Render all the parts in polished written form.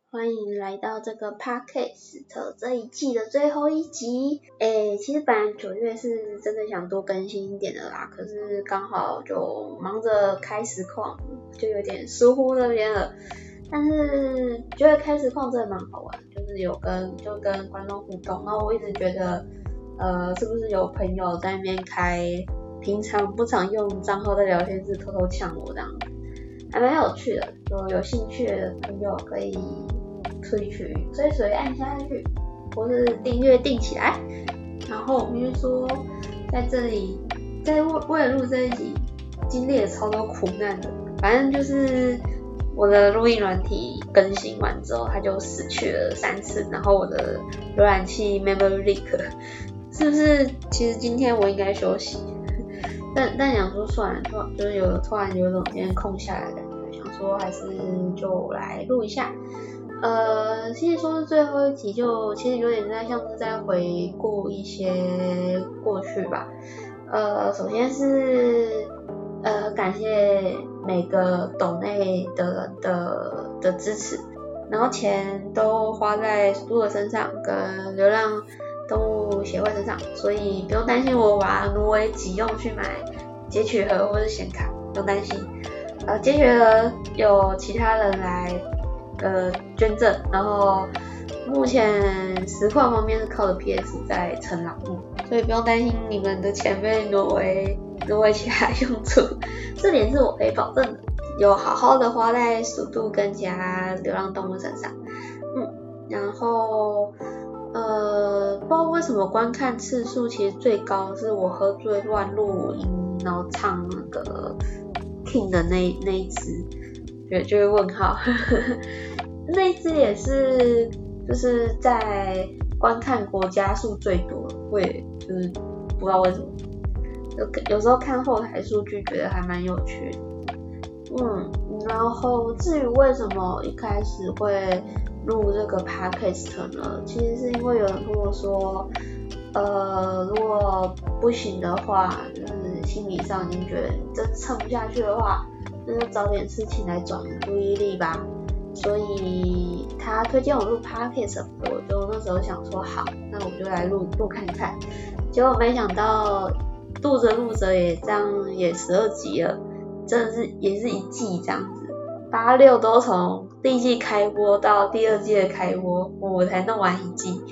欢迎来到这个 Podcast 这一季的最后一集。其实本来9月是真的想多更新一点的啦，可是刚好就忙着开实况，就有点疏忽那边了。但是觉得开实况真的蛮好玩，就是跟观众互动，然后我一直觉得是不是有朋友在那边开平常不常用账号的聊天室偷偷呛我这样子，还蛮有趣的，就有兴趣的朋友可以追按下去，或是订阅订起来。然后我们就说在这里为了录这一集经历了超多苦难的，反正就是我的录音软体更新完之后它就死去了3次，然后我的浏览器 memory leak， 是不是其实今天我应该休息，但想说算了，就是突然有种今天空下来的感觉，想说还是就来录一下。其实说是最后一集，就其实有点像是在回顾一些过去吧。首先是感谢每个抖内的人的支持，然后钱都花在苏的身上跟流浪动物协会身上，所以不用担心我把它挪为己用去买截取盒或是显卡，不用担心。截取盒有其他人来捐赠，然后目前实况方面是靠着 PS 在撑栏目，所以不用担心你们的钱被挪为其他用处，这点是我可以保证的，有好好的花在速度跟其他流浪动物身上。然后不知道为什么观看次数其实最高是我喝醉乱录音然后唱那个 King 的那一支，就会问号那一支也是就是在观看国家数最多，会就是不知道为什么，有时候看后台数据觉得还蛮有趣的。然后至于为什么一开始会录这个 podcast 呢，其实是因为有人跟我说如果不行的话，就是心理上已经觉得真撑不下去的话，那就找点事情来转移注意力吧。所以他推荐我录 podcast， 我就那时候想说好，那我就来录看看。结果没想到录着也这样也12集了，真的是也是一季这样子，86都从第一季开播到第2季的开播，我才弄完1季。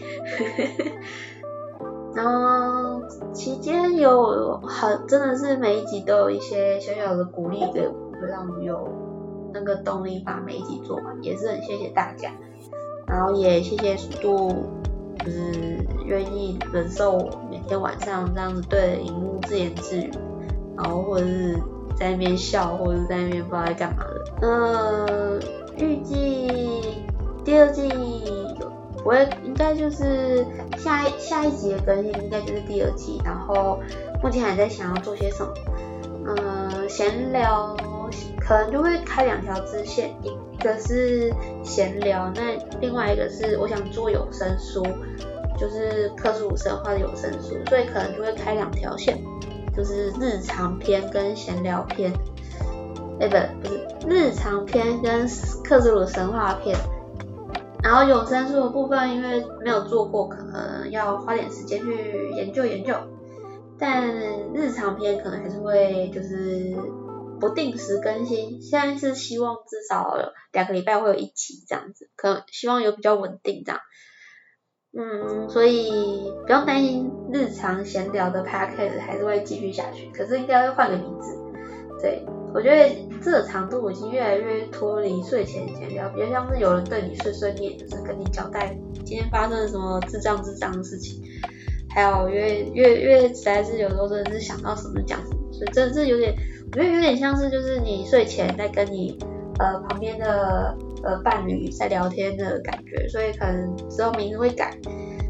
然后期间真的是每一集都有一些小小的鼓励给我，会让我有那个动力把每一集做完，也是很谢谢大家。然后也谢谢速度，就是愿意忍受我每天晚上这样子对着荧幕自言自语，然后或者是在那边笑，或者是在那边不知道在干嘛的。预计第2季应该就是下一集的更新应该就是第2季，然后目前还在想要做些什么。闲聊可能就会开2条支线，一个是闲聊，那另外一个是我想做有声书，就是克苏鲁神话的有声书，所以可能就会开2条线，就是日常篇跟闲聊篇。不是日常篇跟克苏鲁神话篇。然后有声书的部分因为没有做过，可能要花点时间去研究，但日常篇可能还是会就是不定时更新，现在是希望至少2个礼拜会有1集这样子，可能希望有比较稳定这样。所以不用担心日常闲聊的 podcast 还是会继续下去，可是应该会换个名字。对，我觉得这个长度已经越来越脱离睡前闲聊，比较像是有人对你碎念，就是跟你交代今天发生了什么智障的事情，还有越实在是有时候真的是想到什么讲什么，所以真的是我觉得有点像是就是你睡前在跟你旁边的伴侣在聊天的感觉，所以可能之后名字会改，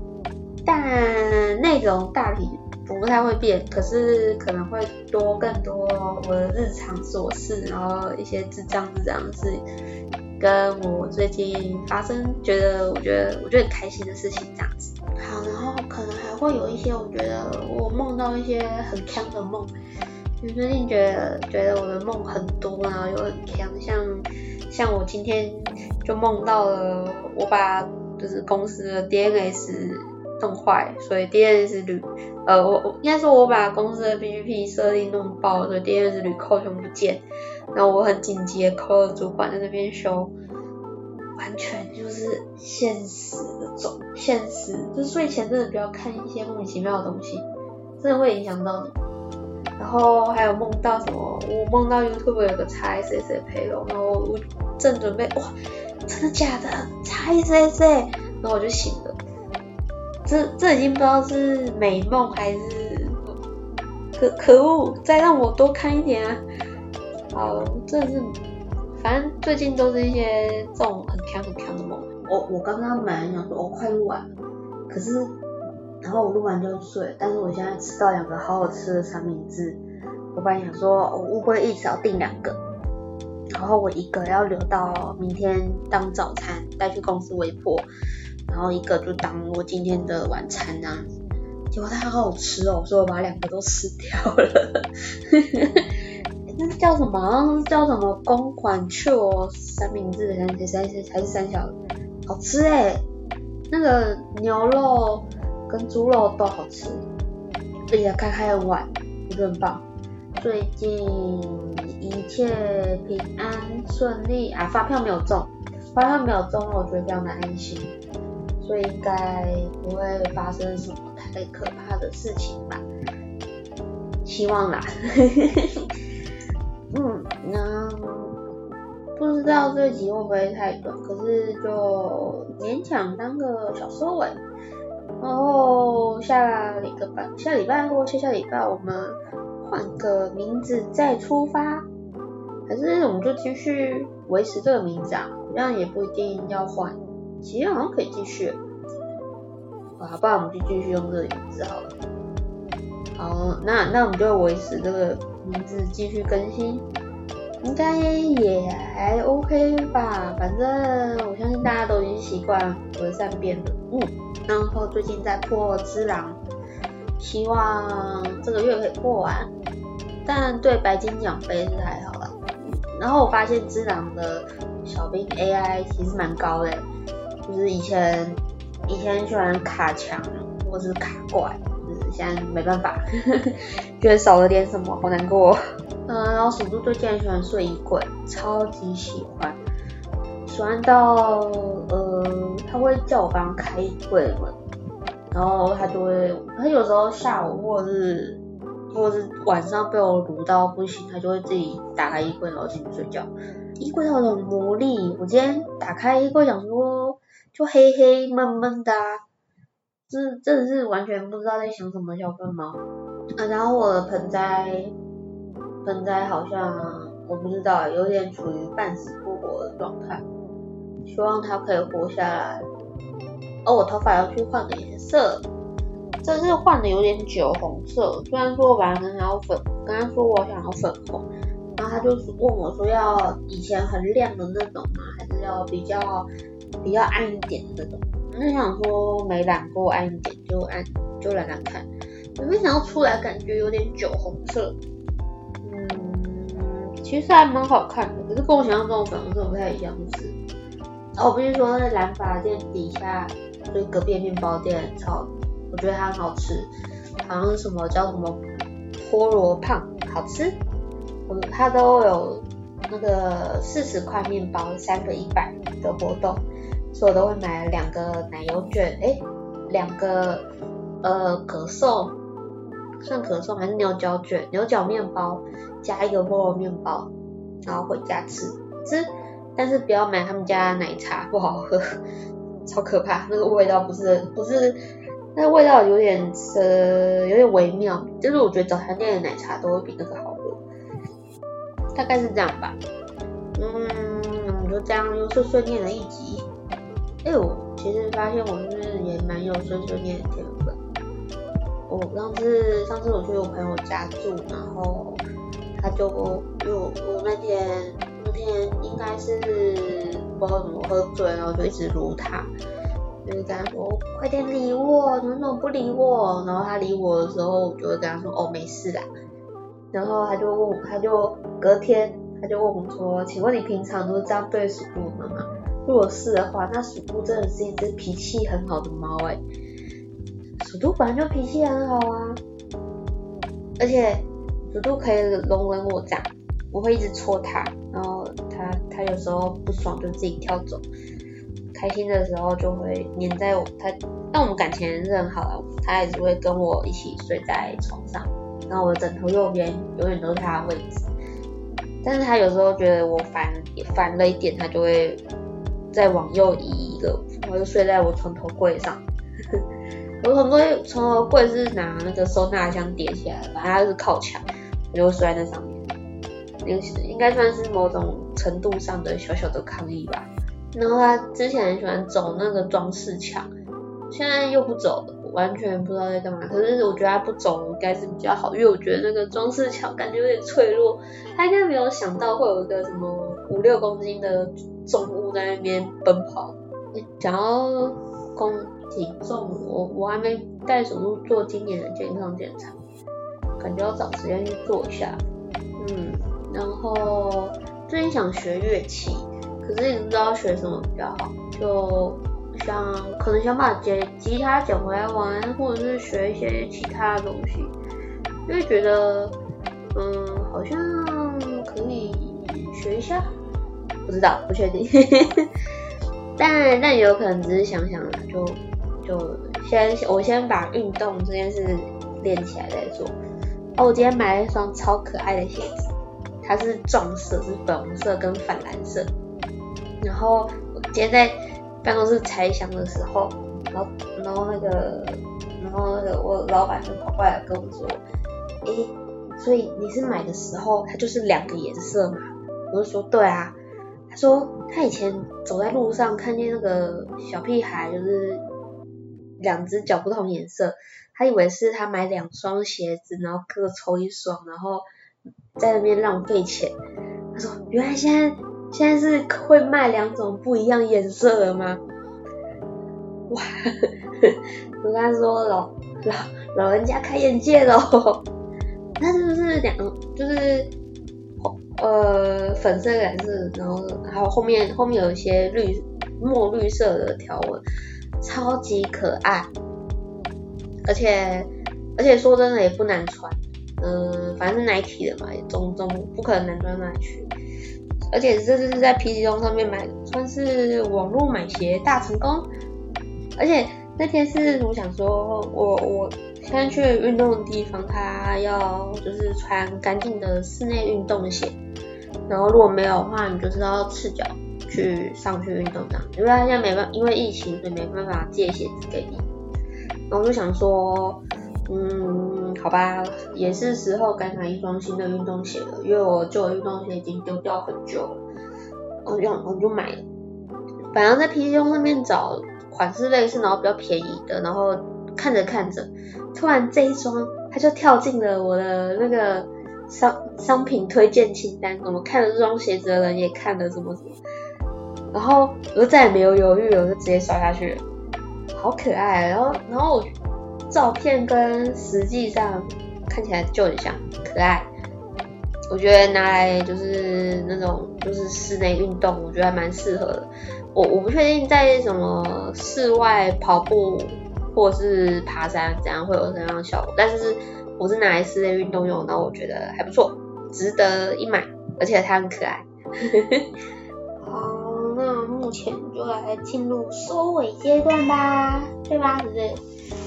但内容大体不太会变，可是可能会更多我的日常琐事，然后一些智障的事，跟我最近发生我觉得很开心的事情这样子。好，然后可能还会有一些我觉得我梦到一些很鏘的梦，因为最近觉得我的梦很多，然后又很鏘，像我今天就梦到了我把就是公司的 DNS 弄坏，所以 DNS 我应该说我把公司的 PGP 设定弄爆，所以 DNS 旅扣全部不见，然后我很紧急的 call 了主管在那边修，完全就是现实的现实，就是睡前真的不要看一些莫名其妙的东西，真的会影响到你。然后还有梦到什么？我梦到 YouTube 有个 XSS 的配容，然后我正准备，哇，真的假的 XSS？ 然后我就醒了。这已经不知道是美梦还是可恶，再让我多看一点啊！好，真的是，反正最近都是一些这种很强的梦。我刚刚本来想说我快录完了，可是然后我录完就睡，但是我现在吃到2个好好吃的三明治，我本来想说我会不会一直要订2个，然后我1个要留到明天当早餐带去公司微波，然后1个就当我今天的晚餐这样子。结果它好好吃哦，所以我把2个都吃掉了。那是叫什么？好像是叫什么公馆雀三明治还是三小，好吃欸。那个牛肉跟猪肉都好吃，而且开很晚，我觉得很棒。最近一切平安顺利啊，发票没有中，我觉得非常的安心，所以应该不会发生什么太可怕的事情吧，希望啦。那不知道这集会不会太短，可是就勉强当个小收尾。然后下礼拜或下礼拜我们换个名字再出发，还是我们就继续维持这个名字啊？好像也不一定要换，其实好像可以继续。好，不然我们就继续用这个名字好了。好，那我们就维持这个名字继续更新，应该也还 OK 吧。反正我相信大家都已经习惯我的善变了。然后最近在破只狼，希望这个月可以破完。但对白金奖杯是还好啦。然后我发现只狼的小兵 AI 其实蛮高的，就是以前喜欢卡墙或是卡怪，就是现在没办法，觉得少了点什么，好难过。然后鼠度最近很喜欢睡衣柜，超级喜欢到他会叫我帮他开衣柜门，然后他有时候下午或者是晚上被我撸到不行，他就会自己打开衣柜然后进去睡觉。衣柜有种魔力，我今天打开衣柜想说就黑黑闷闷的真的是完全不知道在想什么小笨猫。然后我的盆栽好像我不知道，有点处于半死不活的状态，希望它可以活下来。我头发要去换个颜色，这次换的有点酒红色，虽然说我本来跟他说我想要粉红，然后他就问我说要以前很亮的那种吗，还是要比较暗一点的那种。我就想说没染过暗一点就染看，我没想到出来感觉有点酒红色，其实还蛮好看的，可是跟我想象中的粉红色不太一样，就是我必须说那蓝发店底下就是隔壁的面包店我觉得它很好吃，好像是什么叫什么菠萝胖好吃，它都有那个40块面包3个100的活动，所以我都会买2个奶油卷，2个可颂，算可颂还是牛角卷，牛角面包加1个菠萝面包，然后回家吃，但是不要买他们家奶茶，不好喝，超可怕，那个味道不是，那个味道有点微妙，就是我觉得早餐店的奶茶都会比那个好喝，大概是这样吧。就这样又碎念了一集。我其实发现我是也蛮有碎念的天分。我上次我去我朋友家住，然后他就我那天应该是不知道怎么喝醉，然后就一直撸他，就是跟他说快点理我，你为什么不理我？然后他理我的时候，我就会跟他说没事啦。然后隔天他就问我说，请问你平常都是这样对鼠度的吗？ 如果是的话，那鼠兔真的是一只脾气很好的猫鼠兔本来就脾气很好啊，而且鼠兔可以容忍我这样，我会一直戳它，然后它有时候不爽就自己跳走，开心的时候就会黏在我，但我们感情是很好啊，它还是会跟我一起睡在床上，然后我的枕头右边永远都是它的位置，但是它有时候觉得我烦了一点，它就会再往右移一个，我就睡在我床头柜上。我床头柜是拿那个收纳箱叠起来的，反正它是靠墙，我就睡在那上面。应该算是某种程度上的小小的抗议吧。然后他之前很喜欢走那个装饰墙，现在又不走了，我完全不知道在干嘛。可是我觉得他不走应该是比较好，因为我觉得那个装饰墙感觉有点脆弱，他应该没有想到会有一个什么5-6公斤的重物在那边奔跑。讲到体重，我还没带鼠兔做今年的健康检查，感觉要找时间去做一下。然后最近想学乐器，可是也不知道学什么比较好，就可能想把吉他捡回来玩，或者是学一些其他的东西，因为觉得好像可以学一下，不知道不确定但也有可能只是想想啦，就我先把运动这件事练起来再说。我今天买了一双超可爱的鞋子，它是撞色，是粉红色跟反蓝色。然后我今天在办公室拆箱的时候，然后那个我老板就跑过来跟我说，所以你是买的时候它就是2个颜色嘛？我就说对啊。他说他以前走在路上看见那个小屁孩就是2只脚不同颜色，他以为是他买2双鞋子，然后各抽1双，然后在那边浪费钱。他说原来现在是会卖2种不一样颜色的吗？哇，我跟他说老人家开眼界咯。那就是就是粉色蓝色，然后还有后面有一些墨绿色的条纹，超级可爱。而且说真的也不难穿，反正是 Nike 的嘛，总不可能难穿哪里去。而且这是在 PC 中上面买的，算是网络买鞋大成功。而且那天是我想说，我现在去运动的地方，它要就是穿干净的室内运动鞋，然后如果没有的话，你就是要赤脚上去运动这样，因为它现在没办法，因为疫情所以没办法借鞋子给你。然后我就想说，好吧，也是时候该买一双新的运动鞋了，因为我旧的运动鞋已经丢掉很久了，我就买了。反正在 PC 上面找款式类似然后比较便宜的，然后看着突然这一双它就跳进了我的那个商品推荐清单，我看了这双鞋子的人也看了什么，然后我就再也没有犹豫了，我就直接刷下去了，好可爱。然后我照片跟实际上看起来就很像，可爱。我觉得拿来就是那种就是室内运动，我觉得还蛮适合的。我不确定在什么室外跑步或者是爬山怎样会有什么样的效果，但是我是拿来室内运动用，然后我觉得还不错，值得一买，而且它很可爱。好，那目前就来进入收尾阶段吧，对吧？是不是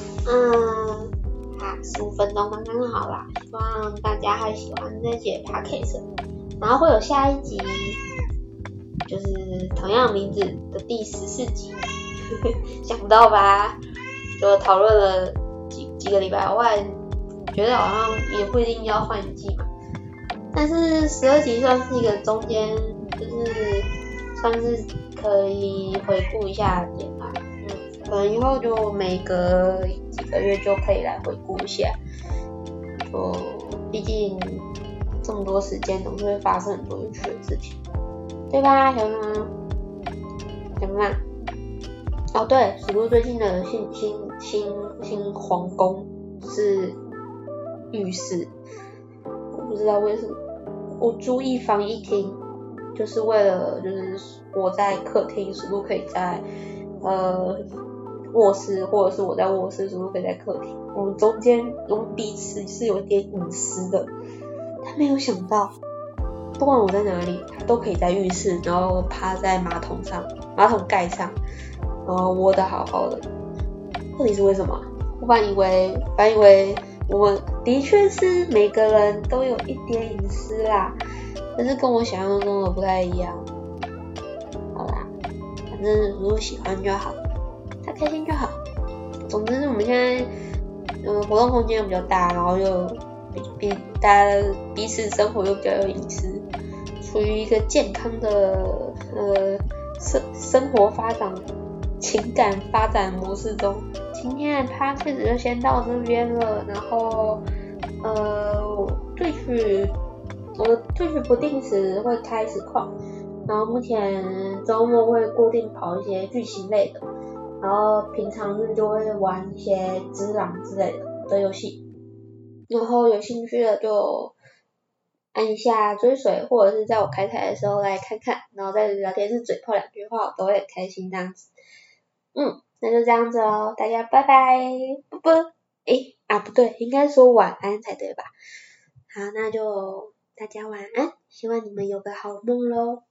？15分钟刚刚好啦，希望大家还喜欢这节 podcast， 然后会有下一集，就是同样名字的第14集，想不到吧？就讨论了几个礼拜，我还觉得好像也不一定要换季嘛，但是12集算是一个中间，就是算是可以回顾一下的点吧。可能以后就每隔几个月就可以来回顾一下，就毕竟这么多时间总是会发生很多有趣的事情，对吧，小熊猫？哦对，鼠兔最近的新皇宫是浴室，我不知道为什么，我租一房一厅， 就是为了就是我在客厅，叔叔可以在卧室，或者是我在卧室，叔叔可以在客厅，我们中间我们彼此是有点隐私的。他没有想到，不管我在哪里，他都可以在浴室，然后趴在马桶盖上，然后窝得好好的。到底是为什么？我本以为我们的确是每个人都有一点隐私啦，但是跟我想象中的不太一样。好啦，反正如果喜欢就好，他开心就好。总之我们现在活动空间又比较大，然后又大家彼此生活又比较有隐私，处于一个健康的生活发展、情感发展模式中。今天的 podcast 就先到这边了，然后我的退曲不定时会开实况，然后目前周末会固定跑一些剧情类的，然后平常日就会玩一些只狼之类的游戏，然后有兴趣的就按一下追随，或者是在我开台的时候来看看，然后在聊天室嘴炮2句话，我都会很开心这样子。那就这样子哦，大家拜拜，不对，应该说晚安才对吧？好，那就大家晚安，希望你们有个好梦咯。